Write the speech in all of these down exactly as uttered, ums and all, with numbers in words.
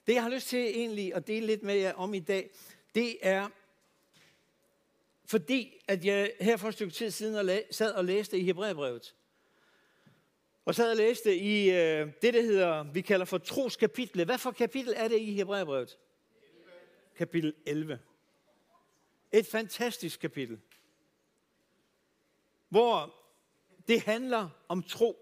Det, jeg har lyst til egentlig at dele lidt med jer om i dag, det er, fordi at jeg her for et stykke tid siden sad og læste i Hebræerbrevet. Og sad og læste i øh, det, der hedder, vi kalder for troskapitlet. Hvad for kapitel er det i Hebræerbrevet? Kapitel elleve. Et fantastisk kapitel, hvor det handler om tro.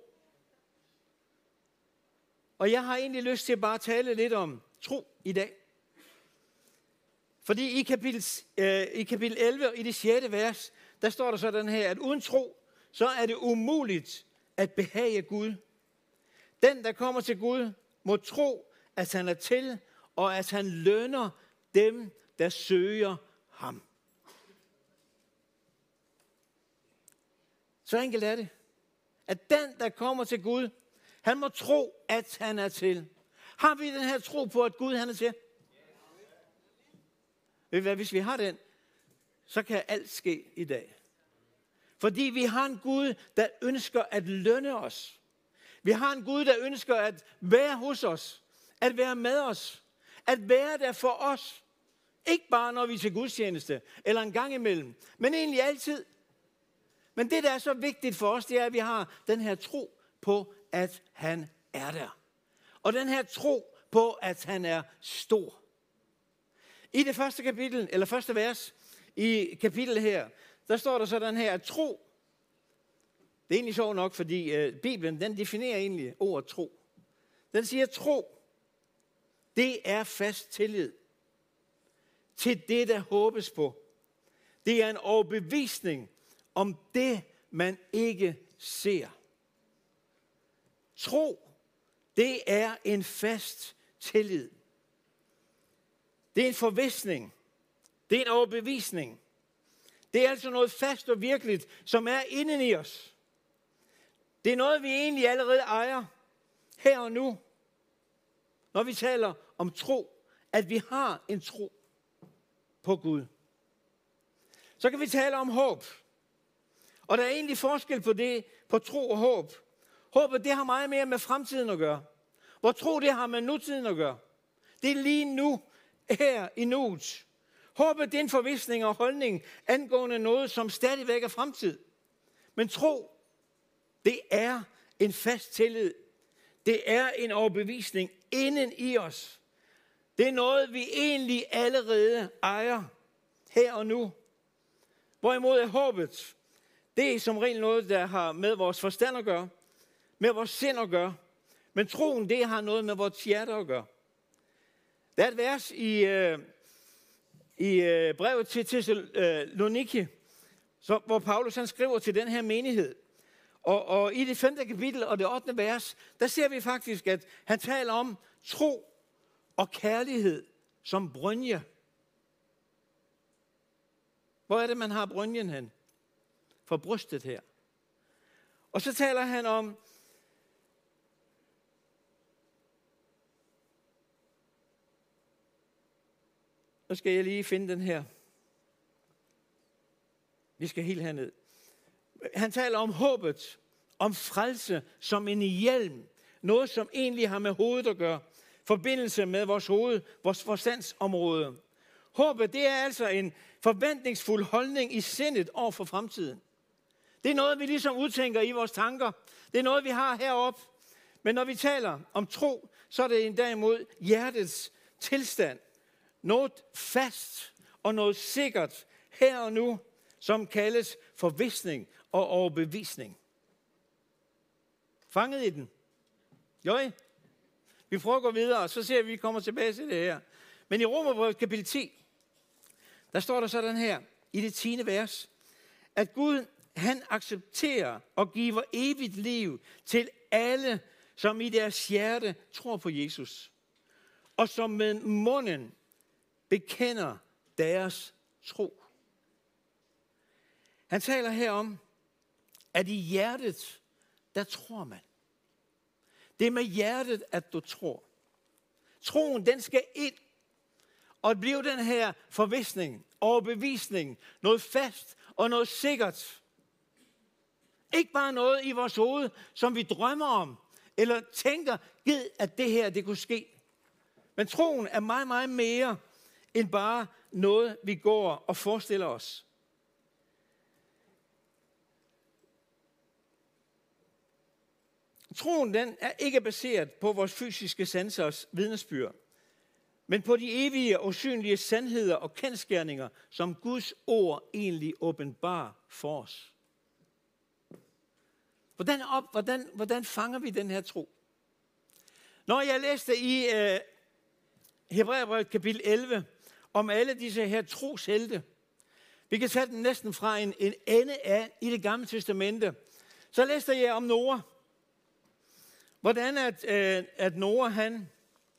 Og jeg har egentlig lyst til at bare tale lidt om tro i dag. Fordi i kapitel, øh, i kapitel elleve, i det sjette vers, der står der sådan her, at uden tro, så er det umuligt at behage Gud. Den, der kommer til Gud, må tro, at han er til, og at han lønner dem, der søger ham. Så enkelt er det. At den, der kommer til Gud, han må tro, at han er til. Har vi den her tro på, at Gud han er til? Ved I hvad, hvis vi har den, så kan alt ske i dag. Fordi vi har en Gud, der ønsker at lønne os. Vi har en Gud, der ønsker at være hos os. At være med os. At være der for os. Ikke bare når vi er til gudstjeneste, eller en gang imellem, men egentlig altid. Men det, der er så vigtigt for os, det er, at vi har den her tro på, at han er der. Og den her tro på, at han er stor. I det første kapitel, eller første vers i kapitlet her, der står der sådan her, at tro, det er egentlig sjovt nok, fordi øh, Bibelen, den definerer egentlig ordet tro. Den siger, tro, det er fast tillid til det, der håbes på. Det er en overbevisning om det, man ikke ser. Tro, det er en fast tillid. Det er en forvisning. Det er en overbevisning. Det er altså noget fast og virkeligt, som er inden i os. Det er noget, vi egentlig allerede ejer her og nu. Når vi taler om tro, at vi har en tro på Gud. Så kan vi tale om håb. Og der er egentlig forskel på det, på tro og håb. Håbet, det har meget mere med fremtiden at gøre. Hvor tro, det har med nutiden at gøre. Det er lige nu, her i nuet. Håbet, det er en forvisning og holdning angående noget, som stadigvæk er fremtid. Men tro, det er en fast tillid. Det er en overbevisning inden i os. Det er noget, vi egentlig allerede ejer her og nu. Hvorimod er håbet, det er som regel noget, der har med vores forstand at gøre, med vores sind at gøre. Men troen, det har noget med vores hjerte at gøre. Der er et vers i, øh, i øh, brevet til Thessaloniki, så, hvor Paulus han skriver til den her menighed. Og, og i det femte kapitel og det ottende vers, der ser vi faktisk, at han taler om tro og kærlighed som brynje. Hvor er det, man har brynjen hen? For brystet her. Og så taler han om, nu skal jeg lige finde den her. Vi skal helt herned. Han taler om håbet, om frelse som en hjelm. Noget, som egentlig har med hovedet at gøre. Forbindelse med vores hoved, vores forstandsområde. Håbet, det er altså en forventningsfuld holdning i sindet over for fremtiden. Det er noget, vi ligesom udtænker i vores tanker. Det er noget, vi har heroppe. Men når vi taler om tro, så er det derimod hjertets tilstand. Noget fast og noget sikkert her og nu, som kaldes forvisning og overbevisning. Fanget i den? Jo, vi prøver at gå videre, og så ser vi, at vi kommer tilbage til det her. Men i Romerbrevet kapitel ti, der står der sådan her, i det tiende vers, at Gud, han accepterer og giver evigt liv til alle, som i deres hjerte tror på Jesus. Og som med munden bekender deres tro. Han taler her om, at i hjertet, der tror man. Det er med hjertet, at du tror. Troen, den skal ind og blive den her forvisning, overbevisning, noget fast og noget sikkert. Ikke bare noget i vores hoved, som vi drømmer om, eller tænker, gid, at det her, det kunne ske. Men troen er meget, meget mere end bare noget, vi går og forestiller os. Troen den er ikke baseret på vores fysiske sansers vidnesbyrd, men på de evige og usynlige sandheder og kendsgerninger, som Guds ord egentlig åbenbarer for os. Hvordan, op, hvordan, hvordan fanger vi den her tro? Når jeg læste i øh, Hebræerbrevet kapitel elleve om alle disse her troshelte, vi kan tage den næsten fra en, en ende af i det gamle testamente, så læste jeg om Noah. Hvordan at, øh, at Noah, han,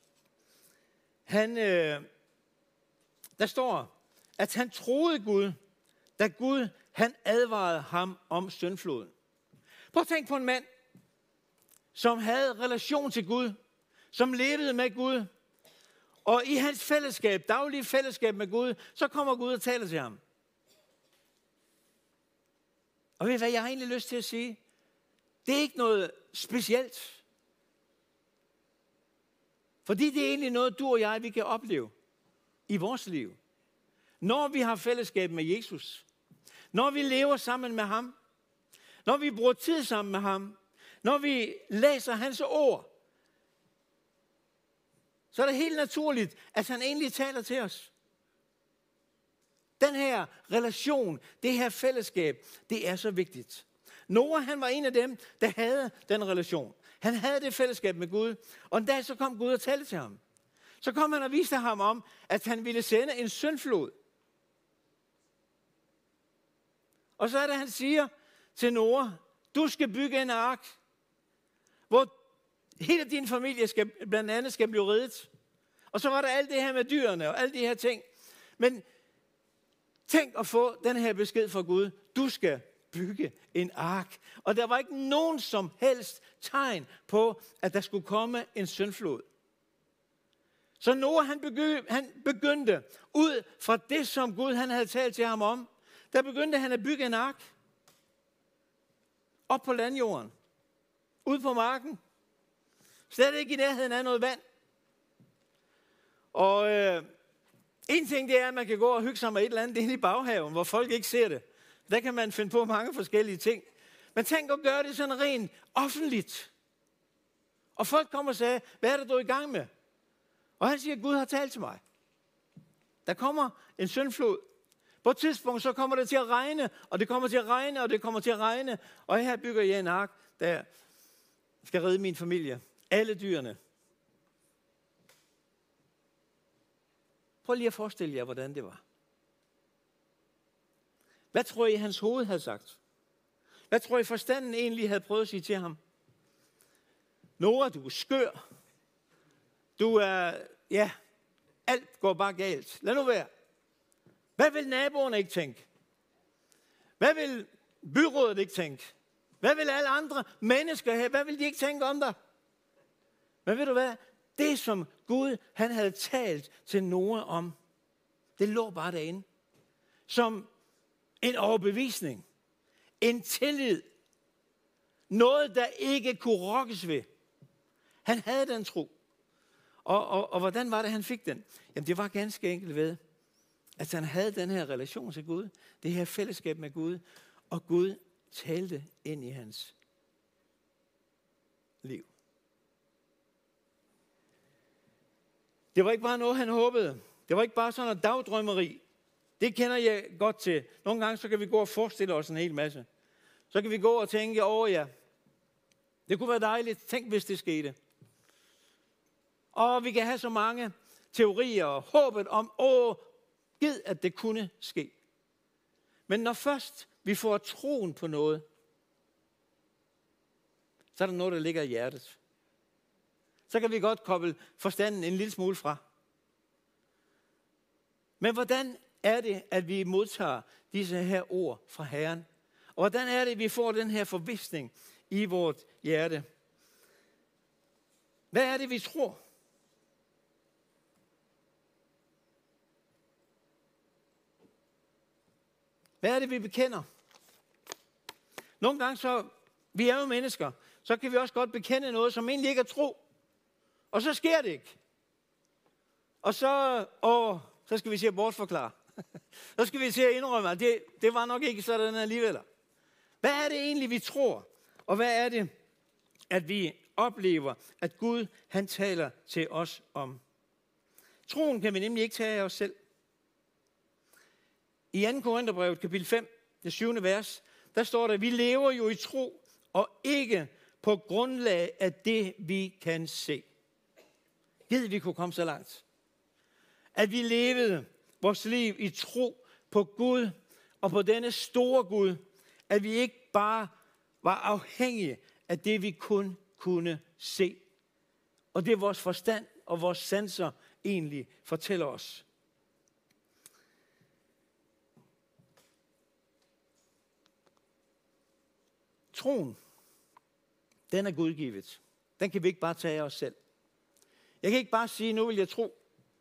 han øh, der står, at han troede Gud, da Gud, han advarede ham om syndfloden. Prøv at tænke på en mand, som havde relation til Gud, som levede med Gud, og i hans fællesskab, daglige fællesskab med Gud, så kommer Gud og taler til ham. Og ved I hvad, jeg har egentlig lyst til at sige? Det er ikke noget specielt. Fordi det er egentlig noget, du og jeg, vi kan opleve i vores liv. Når vi har fællesskab med Jesus. Når vi lever sammen med ham. Når vi bruger tid sammen med ham. Når vi læser hans ord. Så er det helt naturligt, at han egentlig taler til os. Den her relation, det her fællesskab, det er så vigtigt. Noah, han var en af dem, der havde den relation. Han havde det fællesskab med Gud, og en dag så kom Gud og talte til ham. Så kom han og viste ham om, at han ville sende en syndflod. Og så er det, han siger til Noah, du skal bygge en ark, hvor hele din familie skal, blandt andet skal blive reddet. Og så var der alt det her med dyrene og alle de her ting. Men tænk at få den her besked fra Gud. Du skal bygge en ark. Og der var ikke nogen som helst tegn på, at der skulle komme en syndflod. Så Noah han begyndte, han begyndte ud fra det, som Gud han havde talt til ham om. Der begyndte han at bygge en ark. Op på landjorden. Ud på marken. Slet ikke i nærheden af noget vand. Og øh, en ting det er, at man kan gå og hygge sig med et eller andet inde i baghaven, hvor folk ikke ser det. Der kan man finde på mange forskellige ting. Men tænk at gøre det sådan rent offentligt. Og folk kommer og siger, hvad er det, du er i gang med? Og han siger, Gud har talt til mig. Der kommer en syndflod. På et tidspunkt, så kommer det til at regne, og det kommer til at regne, og det kommer til at regne. Og her bygger jeg en ark, der skal redde min familie. Alle dyrene. Prøv lige at forestille jer, hvordan det var. Hvad tror I, hans hoved havde sagt? Hvad tror I, forstanden egentlig havde prøvet at sige til ham? Noah, du er skør. Du er, ja, alt går bare galt. Lad nu være. Hvad vil naboerne ikke tænke? Hvad vil byrådet ikke tænke? Hvad vil alle andre mennesker have? Hvad vil de ikke tænke om dig? Men ved du hvad? Det, som Gud han havde talt til Noah om, det lå bare derinde. Som en overbevisning. En tillid. Noget, der ikke kunne rokkes ved. Han havde den tro. Og, og, og hvordan var det, han fik den? Jamen, det var ganske enkelt ved, at han havde den her relation til Gud. Det her fællesskab med Gud. Og Gud talte ind i hans liv. Det var ikke bare noget, han håbede. Det var ikke bare sådan noget dagdrømmeri. Det kender jeg godt til. Nogle gange så kan vi gå og forestille os en hel masse. Så kan vi gå og tænke, åh ja, det kunne være dejligt. Tænk, hvis det skete. Og vi kan have så mange teorier og håbet om, åh, gid at det kunne ske. Men når først vi får troen på noget, så er der noget, der ligger i hjertet. Så kan vi godt koble forstanden en lille smule fra. Men hvordan er det, at vi modtager disse her ord fra Herren? Og hvordan er det, at vi får den her forvisning i vort hjerte? Hvad er det, vi tror? Hvad er det, vi bekender? Nogle gange så, vi er jo mennesker, så kan vi også godt bekende noget, som egentlig ikke er tro. Og så sker det ikke. Og så, åh, så skal vi se at bortforklare. Så skal vi se at indrømme, at det, det var nok ikke sådan alligevel. Hvad er det egentlig, vi tror? Og hvad er det, at vi oplever, at Gud, han taler til os om? Troen kan vi nemlig ikke tage af os selv. I anden Korintherbrevet, kapitel fem, det syvende vers, der står der, vi lever jo i tro, og ikke på grundlag af det, vi kan se. Gid vi kunne komme så langt. At vi levede vores liv i tro på Gud, og på denne store Gud, at vi ikke bare var afhængige af det, vi kun kunne se. Og det vores forstand og vores sanser egentlig fortæller os. Troen, den er gudgivet. Den kan vi ikke bare tage af os selv. Jeg kan ikke bare sige, nu vil jeg tro.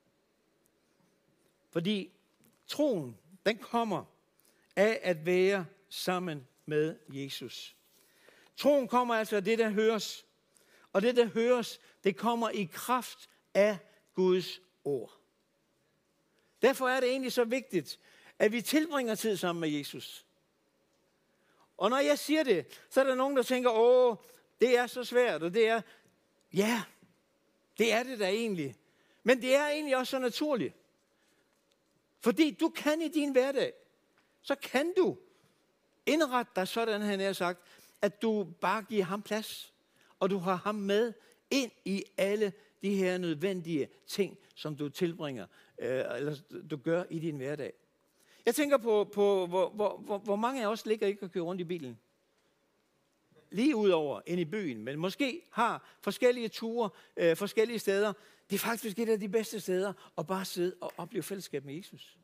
Fordi troen, den kommer af at være sammen med Jesus. Troen kommer altså af det, der høres. Og det, der høres, det kommer i kraft af Guds ord. Derfor er det egentlig så vigtigt, at vi tilbringer tid sammen med Jesus. Og når jeg siger det, så er der nogen, der tænker, åh, det er så svært, og det er, ja, det er det da egentlig. Men det er egentlig også så naturligt. Fordi du kan i din hverdag, så kan du indrette dig sådan, han har sagt, at du bare giver ham plads, og du har ham med ind i alle de her nødvendige ting, som du tilbringer, øh, eller du gør i din hverdag. Jeg tænker på, på hvor, hvor, hvor, hvor mange af os ligger ikke og kører rundt i bilen. Lige udover ind i byen, men måske har forskellige ture, øh, forskellige steder. Det er faktisk et af de bedste steder at bare sidde og opleve fællesskab med Jesus.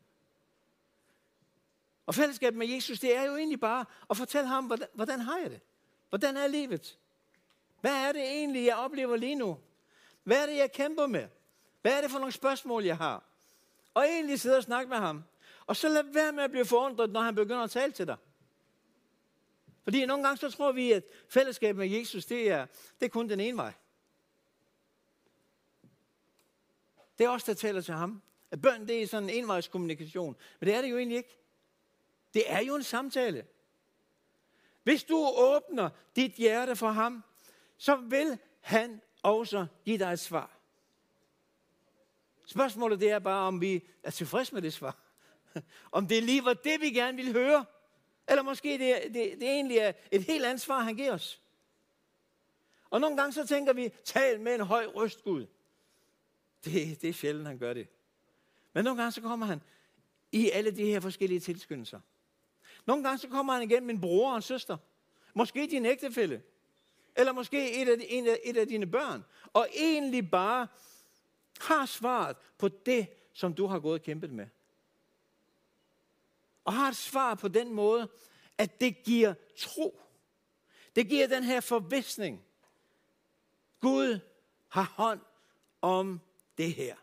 Og fællesskab med Jesus, det er jo egentlig bare at fortælle ham, hvordan, hvordan har jeg det? Hvordan er livet? Hvad er det egentlig, jeg oplever lige nu? Hvad er det, jeg kæmper med? Hvad er det for nogle spørgsmål, jeg har? Og egentlig sidde og snakke med ham. Og så lad være med at blive forundret, når han begynder at tale til dig. Fordi nogle gange så tror vi, at fællesskab med Jesus, det er, det er kun den ene vej. Det er os, der taler til ham. At bøn, det er sådan en envejskommunikation. Men det er det jo egentlig ikke. Det er jo en samtale. Hvis du åbner dit hjerte for ham, så vil han også give dig et svar. Spørgsmålet det er bare, om vi er tilfredse med det svar. Om det lige var det, vi gerne ville høre. Eller måske det, det, det egentlig er et helt andet svar, han giver os. Og nogle gange så tænker vi, tal med en høj røst, Gud. Det, det er sjældent, han gør det. Men nogle gange så kommer han i alle de her forskellige tilskyndelser. Nogle gange så kommer han igennem en bror og en søster. Måske din ægtefælle. Eller måske et af, en af, et af dine børn. Og egentlig bare har svaret på det, som du har gået og kæmpet med. Og har et svar på den måde, at det giver tro. Det giver den her forvisning. Gud har hånd om det her.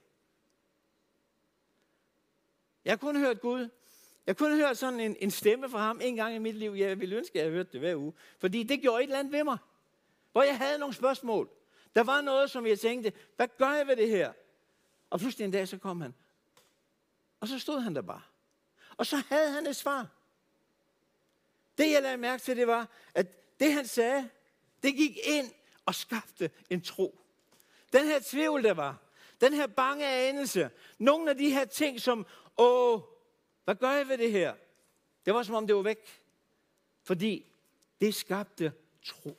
Jeg har kun hørt Gud. Jeg kunne høre sådan en, en stemme fra ham en gang i mit liv. Jeg ville ønske, at jeg havde hørt det hver uge. Fordi det gjorde et eller andet ved mig. Hvor jeg havde nogle spørgsmål. Der var noget, som jeg tænkte, hvad gør jeg ved det her? Og pludselig en dag, så kom han. Og så stod han der bare. Og så havde han et svar. Det jeg lagde mærke til, det var, at det han sagde, det gik ind og skabte en tro. Den her tvivl, der var. Den her bange anelse. Nogle af de her ting, som, åh, hvad gør jeg ved det her? Det var som om det var væk. Fordi det skabte tro.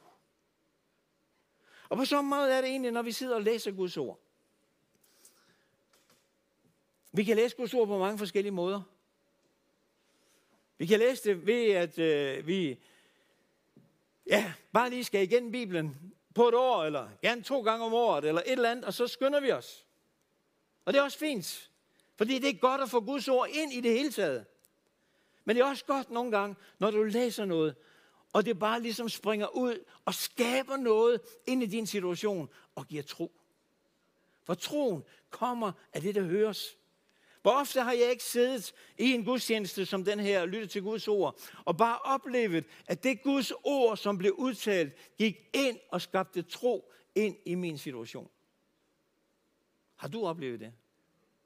Og på samme måde er det egentlig, når vi sidder og læser Guds ord. Vi kan læse Guds ord på mange forskellige måder. Vi kan læse det ved, at øh, vi ja, bare lige skal igennem Bibelen på et år, eller gerne to gange om året, eller et eller andet, og så skynder vi os. Og det er også fint, fordi det er godt at få Guds ord ind i det hele taget. Men det er også godt nogle gange, når du læser noget, og det bare ligesom springer ud og skaber noget ind i din situation og giver tro. For troen kommer af det, der høres. Hvor ofte har jeg ikke siddet i en gudstjeneste som den her og lyttet til Guds ord, og bare oplevet, at det Guds ord, som blev udtalt, gik ind og skabte tro ind i min situation. Har du oplevet det?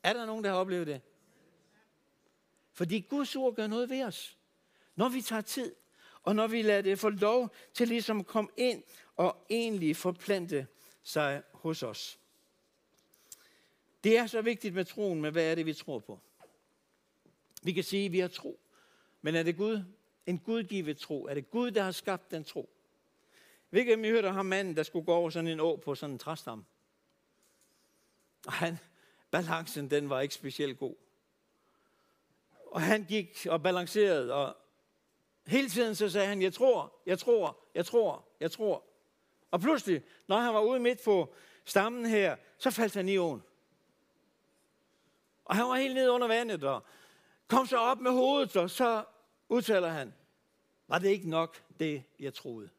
Er der nogen, der har oplevet det? Fordi Guds ord gør noget ved os. Når vi tager tid, og når vi lader det få lov til ligesom at komme ind og egentlig forplante sig hos os. Det er så vigtigt med troen, men hvad er det, vi tror på? Vi kan sige, at vi har tro. Men er det Gud? En gudgivet tro? Er det Gud, der har skabt den tro? Jeg ved ikke, om I hørte ham manden, der skulle gå over sådan en å på sådan en træstamme. Og han, balancen, den var ikke specielt god. Og han gik og balancerede, og hele tiden så sagde han, jeg tror, jeg tror, jeg tror, jeg tror. Og pludselig, når han var ude midt på stammen her, så faldt han i åen. Og han var helt nede under vandet, og kom så op med hovedet, og så udtaler han, var det ikke nok det, jeg troede?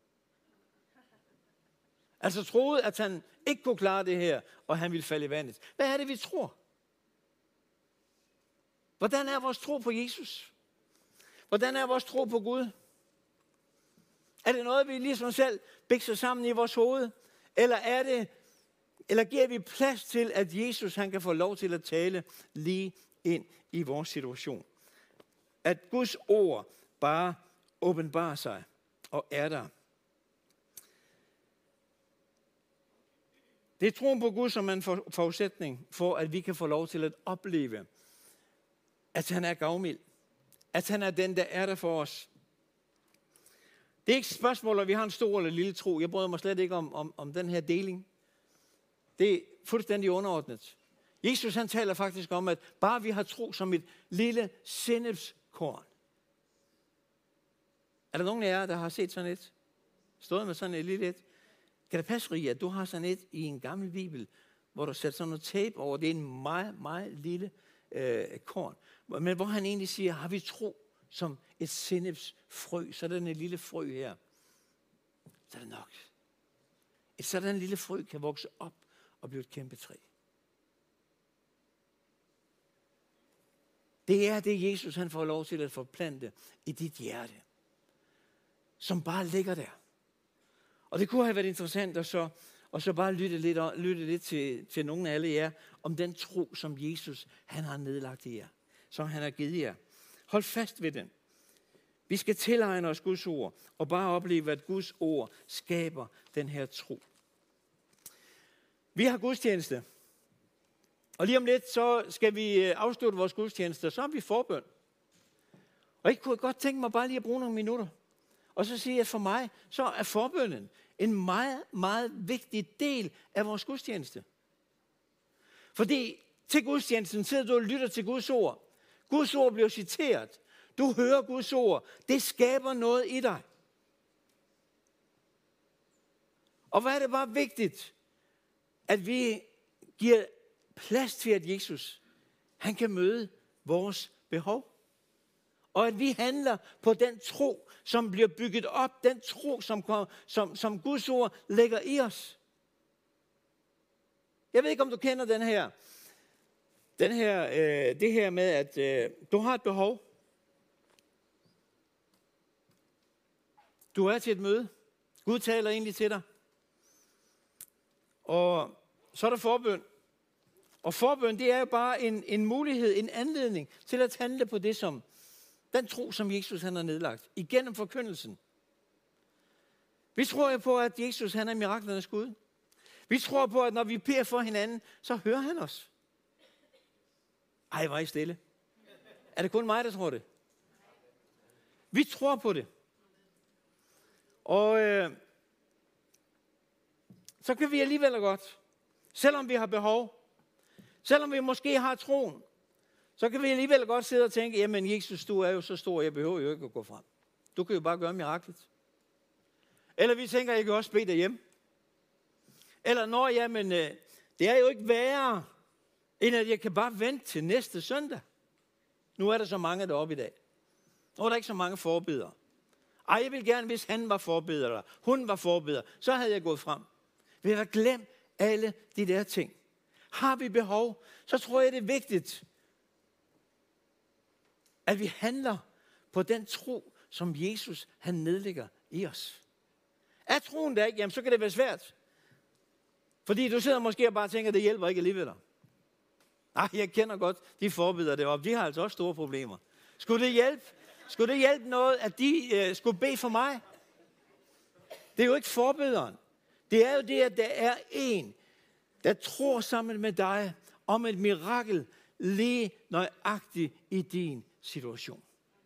Altså troede, at han ikke kunne klare det her, og han ville falde i vandet. Hvad er det, vi tror? Hvordan er vores tro på Jesus? Hvordan er vores tro på Gud? Er det noget, vi ligesom selv bikser sammen i vores hoved? Eller er det, eller giver vi plads til, at Jesus han kan få lov til at tale lige ind i vores situation? At Guds ord bare åbenbarer sig og er der. Det er troen på Gud, som er en forudsætning for, at vi kan få lov til at opleve, at han er gavmild. At han er den, der er der for os. Det er ikke et spørgsmål, om vi har en stor eller lille tro. Jeg bryder mig slet ikke om, om, om den her deling. Det er fuldstændig underordnet. Jesus han taler faktisk om, at bare vi har tro som et lille sennepskorn. Er der nogen af jer, der har set sådan et? Stået med sådan et lille et? Kan det passe, Ria, at du har sådan et i en gammel bibel, hvor du sætter sådan noget tape over? Det er en meget, meget lille øh, korn. Men hvor han egentlig siger, har vi tro som et sennepsfrø? Sådan en lille frø her. Så er det nok. Et sådan lille frø kan vokse op og blive et kæmpe træ. Det er det, Jesus han får lov til at forplante i dit hjerte. Som bare ligger der. Og det kunne have været interessant at så, og så bare lytte lidt, lytte lidt til, til nogle af alle jer, om den tro, som Jesus han har nedlagt i jer. Som han har givet jer. Hold fast ved den. Vi skal tilegne os Guds ord, og bare opleve, at Guds ord skaber den her tro. Vi har gudstjeneste. Og lige om lidt, så skal vi afslutte vores gudstjeneste, og så har vi forbøn. Og jeg kunne godt tænke mig bare lige at bruge nogle minutter. Og så sige, at for mig, så er forbønnen en meget, meget vigtig del af vores gudstjeneste. Fordi til gudstjenesten sidder du og lytter til Guds ord. Guds ord bliver citeret. Du hører Guds ord. Det skaber noget i dig. Og hvad er det bare vigtigt, at vi giver plads til, at Jesus, han kan møde vores behov. Og at vi handler på den tro, som bliver bygget op. Den tro, som, som, som Guds ord lægger i os. Jeg ved ikke, om du kender den her. Den her øh, det her med, at øh, du har et behov. Du er til et møde. Gud taler egentlig til dig. Og så er der forbøn. Og forbøn, det er jo bare en, en mulighed, en anledning til at handle på det, som den tro, som Jesus han har nedlagt, igennem forkyndelsen. Vi tror jo på, at Jesus han er miraklernes Gud. Vi tror på, at når vi beder for hinanden, så hører han os. Ej, hvor er I stille. Er det kun mig, der tror det? Vi tror på det. Og øh, så kan vi alligevel godt, selvom vi har behov, selvom vi måske har troen, så kan vi alligevel godt sidde og tænke, jamen Jesus, du er jo så stor, jeg behøver jo ikke at gå frem. Du kan jo bare gøre miraklet. Eller vi tænker, jeg kan også bede derhjemme. Eller når, jamen, øh, det er jo ikke værre, end at jeg kan bare vente til næste søndag. Nu er der så mange deroppe i dag. Nu er der ikke så mange forbedere. Ej, jeg vil gerne, hvis han var forbeder, eller hun var forbeder, så havde jeg gået frem. Vi har glemt alle de der ting. Har vi behov, så tror jeg, det er vigtigt, at vi handler på den tro, som Jesus han nedlægger i os. Er troen der ikke, jamen så kan det være svært. Fordi du sidder måske og bare tænker, at det hjælper ikke alligevel. Ah, jeg kender godt de forbedere deroppe. De har altså også store problemer. Skulle det hjælpe? Skulle det hjælpe noget, at de øh, skulle bede for mig? Det er jo ikke forbederen. Det er jo det, at der er en, der tror sammen med dig om et mirakel lige nøjagtigt i din situation.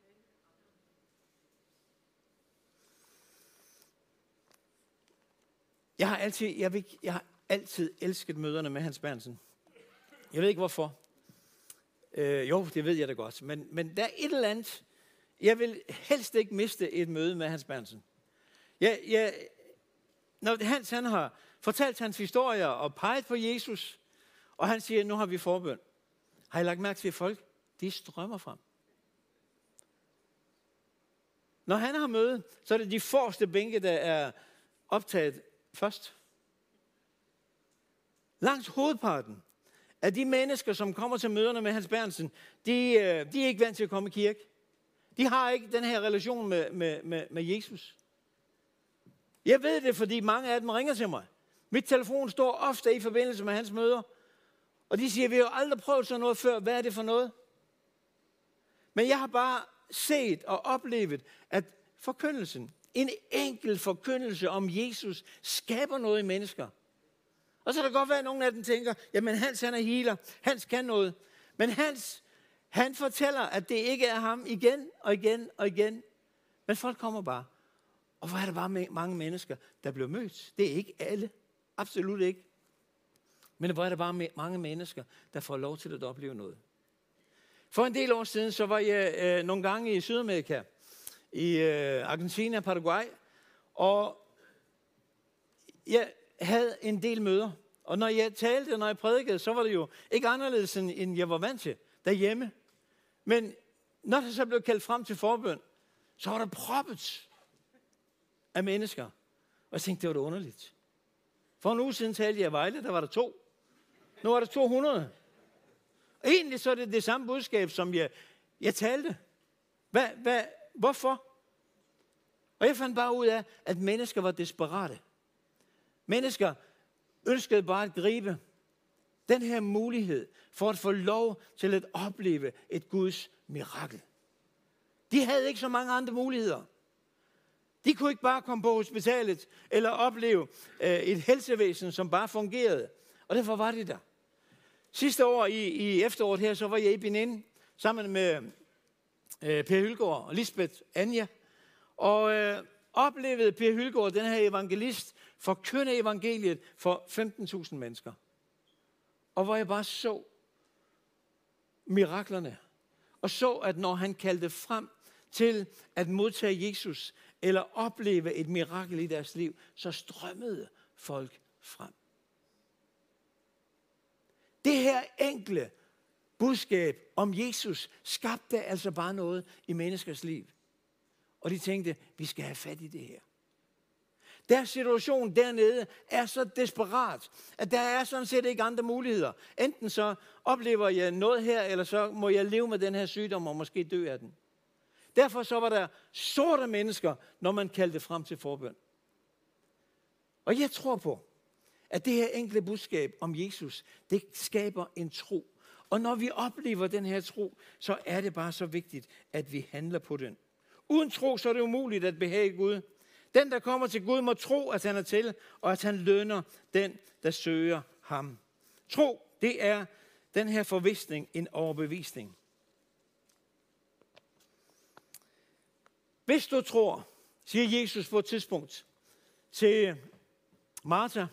Jeg har altid, jeg vil, jeg har altid elsket møderne med Hans Berntsen. Jeg ved ikke hvorfor. Øh, jo, det ved jeg da godt. Men, men der er et eller andet. Jeg vil helst ikke miste et møde med Hans Berntsen. Jeg, jeg, når Hans han har fortalt hans historier og peget på Jesus, og han siger, nu har vi forbøn. Har I lagt mærke til, at folk, de strømmer frem. Når han har møde, så er det de forreste bænke, der er optaget først. Langs hovedparten af de mennesker, som kommer til møderne med Hans Berntsen, de, de er ikke vant til at komme i kirke. De har ikke den her relation med, med, med, med Jesus. Jeg ved det, fordi mange af dem ringer til mig. Mit telefon står ofte i forbindelse med hans møder. Og de siger, vi har jo aldrig prøvet sådan noget før. Hvad er det for noget? Men jeg har bare set og oplevet, at forkyndelsen, en enkelt forkyndelse om Jesus, skaber noget i mennesker. Og så kan der godt være, at nogle af dem tænker, jamen Hans han er healer, Hans kan noget. Men Hans, han fortæller, at det ikke er ham igen og igen og igen. Men folk kommer bare. Og hvor er der bare mange mennesker, der bliver mødt. Det er ikke alle. Absolut ikke. Men hvor er der bare mange mennesker, der får lov til at opleve noget. For en del år siden, så var jeg øh, nogle gange i Sydamerika. I øh, Argentina og Paraguay. Og jeg havde en del møder. Og når jeg talte, når jeg prædikede, så var det jo ikke anderledes, end jeg var vant til derhjemme. Men når det så blev kaldt frem til forbøn, så var der proppet af mennesker. Og jeg tænkte, det var det underligt. For en uge siden talte jeg i Vejle, der var der to. Nu var der to hundrede. Og egentlig så er det det samme budskab, som jeg, jeg talte. Hvad, hvad, hvorfor? Og jeg fandt bare ud af, at mennesker var desperate. Mennesker ønskede bare at gribe den her mulighed for at få lov til at opleve et Guds mirakel. De havde ikke så mange andre muligheder. De kunne ikke bare komme på hospitalet eller opleve øh, et helsevæsen, som bare fungerede. Og derfor var de der. Sidste år i, i efteråret her, så var jeg i Benin sammen med øh, Per Hylgaard og Lisbeth Anja. Og øh, oplevede Per Hylgaard, den her evangelist, forkynde evangeliet for femten tusind mennesker. Og hvor jeg bare så miraklerne. Og så, at når han kaldte frem til at modtage Jesus, eller opleve et mirakel i deres liv, så strømmede folk frem. Det her enkle budskab om Jesus skabte altså bare noget i menneskers liv. Og de tænkte, vi skal have fat i det her. Deres situation dernede er så desperat, at der er sådan set ikke andre muligheder. Enten så oplever jeg noget her, eller så må jeg leve med den her sygdom, og måske dø af den. Derfor så var der sorte mennesker, når man kaldte frem til forbøn. Og jeg tror på, at det her enkle budskab om Jesus, det skaber en tro. Og når vi oplever den her tro, så er det bare så vigtigt, at vi handler på den. Uden tro, så er det umuligt at behage Gud. Den, der kommer til Gud, må tro, at han er til, og at han lønner den, der søger ham. Tro, det er den her forvisning, en overbevisning. Hvis du tror, siger Jesus på et tidspunkt til Martha,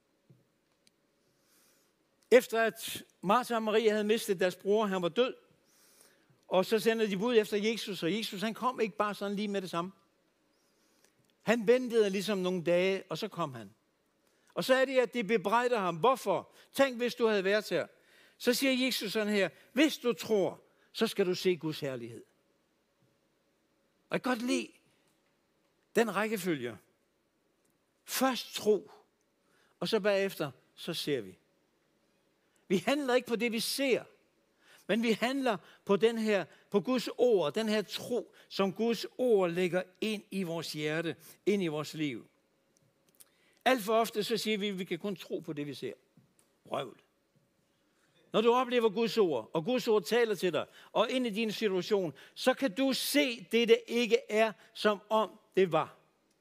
efter at Martha og Maria havde mistet deres bror, han var død, og så sender de bud efter Jesus, og Jesus han kom ikke bare sådan lige med det samme. Han ventede ligesom nogle dage, og så kom han. Og så er det, at de bebrejder ham. Hvorfor? Tænk, hvis du havde været her. Så siger Jesus sådan her, hvis du tror, så skal du se Guds herlighed. Og jeg kan godt lide den rækkefølge. Først tro, og så bagefter, så ser vi. Vi handler ikke på det, vi ser, men vi handler på den her, på Guds ord, den her tro, som Guds ord lægger ind i vores hjerte, ind i vores liv. Alt for ofte så siger vi, at vi kan kun tro på det, vi ser. Røvl. Når du oplever Guds ord, og Guds ord taler til dig, og ind i din situation, så kan du se det, der ikke er, som om det var.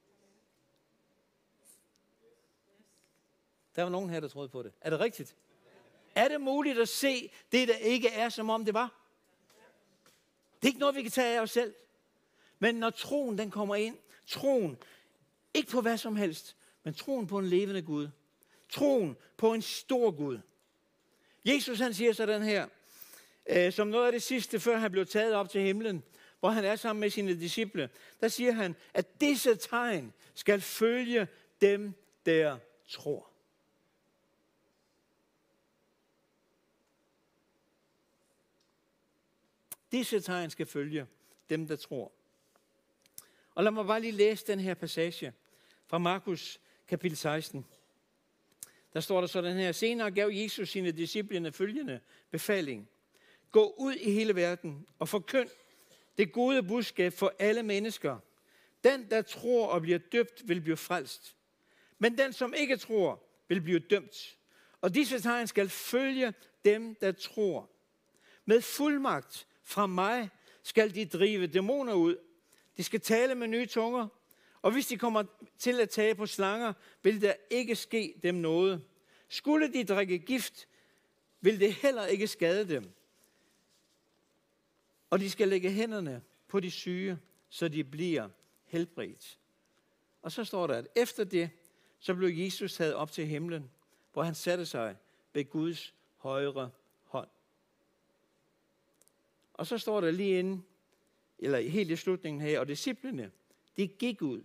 Der var nogen her, der troede på det. Er det rigtigt? Er det muligt at se det, der ikke er, som om det var? Det er ikke noget, vi kan tage af os selv. Men når troen den kommer ind, troen, ikke på hvad som helst, men troen på en levende Gud. Troen på en stor Gud. Jesus han siger sådan her, øh, som noget af det sidste, før han blev taget op til himlen, hvor han er sammen med sine disciple, der siger han, at disse tegn skal følge dem, der tror. Disse tegn skal følge dem, der tror. Og lad mig bare lige læse den her passage fra Markus kapitel seksten. Der står der sådan her: Senere gav Jesus sine disciplene følgende befaling: Gå ud i hele verden og forkynd det gode budskab for alle mennesker. Den, der tror og bliver døbt, vil blive frelst. Men den, som ikke tror, vil blive dømt. Og disse tegn skal følge dem, der tror. Med fuldmagt fra mig skal de drive dæmoner ud. De skal tale med nye tunger. Og hvis de kommer til at tage på slanger, vil der ikke ske dem noget. Skulle de drikke gift, vil det heller ikke skade dem. Og de skal lægge hænderne på de syge, så de bliver helbredt. Og så står der, at efter det, så blev Jesus taget op til himlen, hvor han satte sig ved Guds højre hånd. Og så står der lige inde, eller helt i slutningen her, og disciplene, de gik ud.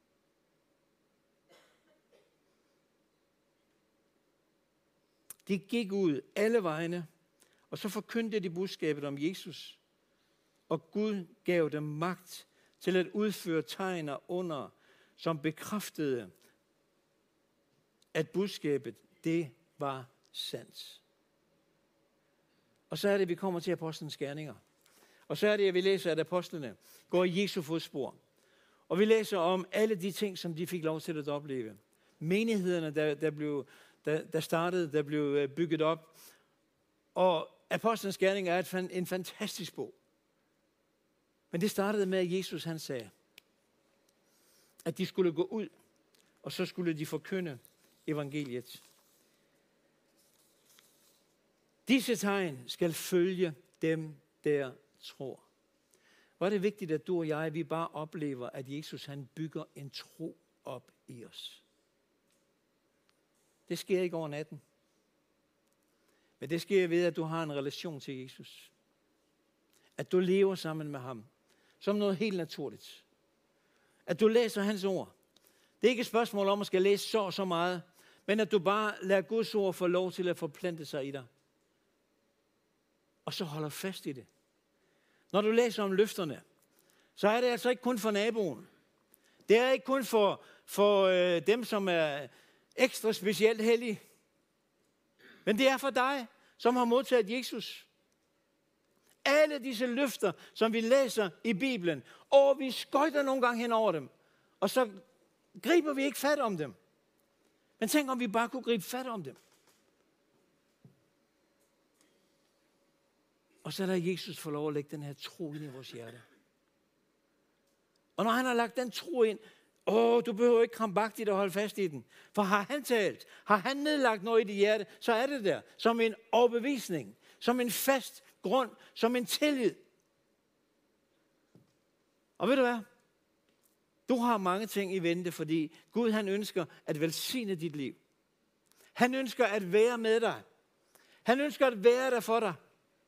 De gik ud alle vegne, og så forkyndte de budskabet om Jesus. Og Gud gav dem magt til at udføre tegn og under, som bekræftede, at budskabet, det var sandt. Og så er det, at vi kommer til apostlenes gerninger. Og så er det, at vi læser, at apostlene går i Jesu fodspor. Og vi læser om alle de ting, som de fik lov til at opleve. Menighederne, der, der, blev, der, der startede, der blev bygget op. Og apostlenes gerninger er et, en fantastisk bog. Men det startede med, at Jesus han sagde, at de skulle gå ud, og så skulle de forkynde evangeliet. Disse tegn skal følge dem, der tror. Hvor er det vigtigt, at du og jeg, vi bare oplever, at Jesus han bygger en tro op i os. Det sker ikke over natten. Men det sker ved, at du har en relation til Jesus. At du lever sammen med ham. Som noget helt naturligt. At du læser hans ord. Det er ikke et spørgsmål om, at skal læse så og så meget. Men at du bare lader Guds ord få lov til at forplante sig i dig. Og så holder fast i det. Når du læser om løfterne, så er det altså ikke kun for naboen. Det er ikke kun for, for øh, dem, som er ekstra specielt hellige. Men det er for dig, som har modtaget Jesus. Alle disse løfter, som vi læser i Bibelen, og vi skøjter nogle gange hen over dem, og så griber vi ikke fat om dem. Men tænk, om vi bare kunne gribe fat om dem. Og så lader Jesus få lov at lægge den her tro ind i vores hjerte. Og når han har lagt den tro ind, åh, du behøver ikke krampagtigt at holde fast i den. For har han talt, har han nedlagt noget i dit hjerte, så er det der som en overbevisning, som en fast grund, som en tillid. Og ved du hvad? Du har mange ting i vente, fordi Gud han ønsker at velsigne dit liv. Han ønsker at være med dig. Han ønsker at være der for dig.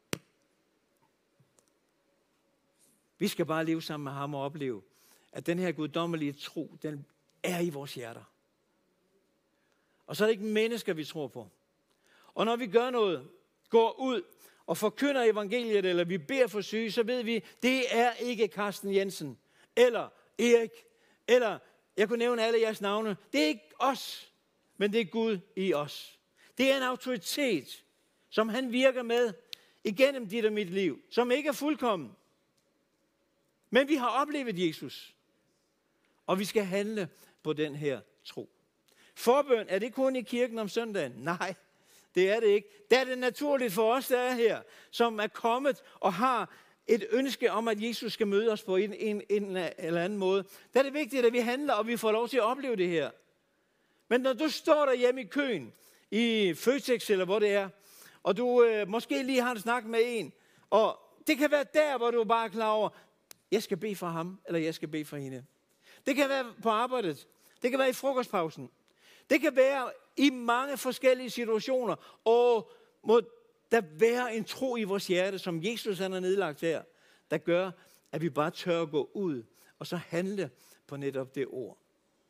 Vi skal bare leve sammen med ham og opleve, at den her guddommelige tro, den er i vores hjerter. Og så er det ikke mennesker, vi tror på. Og når vi gør noget, går ud og forkynder evangeliet, eller vi beder for syge, så ved vi, det er ikke Carsten Jensen, eller Erik, eller jeg kunne nævne alle jeres navne. Det er ikke os, men det er Gud i os. Det er en autoritet, som han virker med igennem dit og mit liv, som ikke er fuldkommen. Men vi har oplevet Jesus, og vi skal handle på den her tro. Forbøn, er det kun i kirken om søndagen? Nej, Det er det ikke. Det er det naturligt for os, der er her, som er kommet og har et ønske om, at Jesus skal møde os på en, en, en eller anden måde. Der er det vigtigt, at vi handler, og vi får lov til at opleve det her. Men når du står der hjemme i køen, i Føtex eller hvor det er, og du øh, måske lige har en snak med en, og det kan være der, hvor du bare er klar over, jeg skal bede for ham, eller jeg skal bede for hende. Det kan være på arbejdet. Det kan være i frokostpausen. Det kan være i mange forskellige situationer. Og må der være en tro i vores hjerte, som Jesus han har nedlagt her, der gør, at vi bare tør at gå ud, og så handle på netop det ord,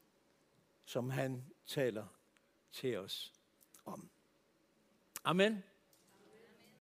som han taler til os om. Amen.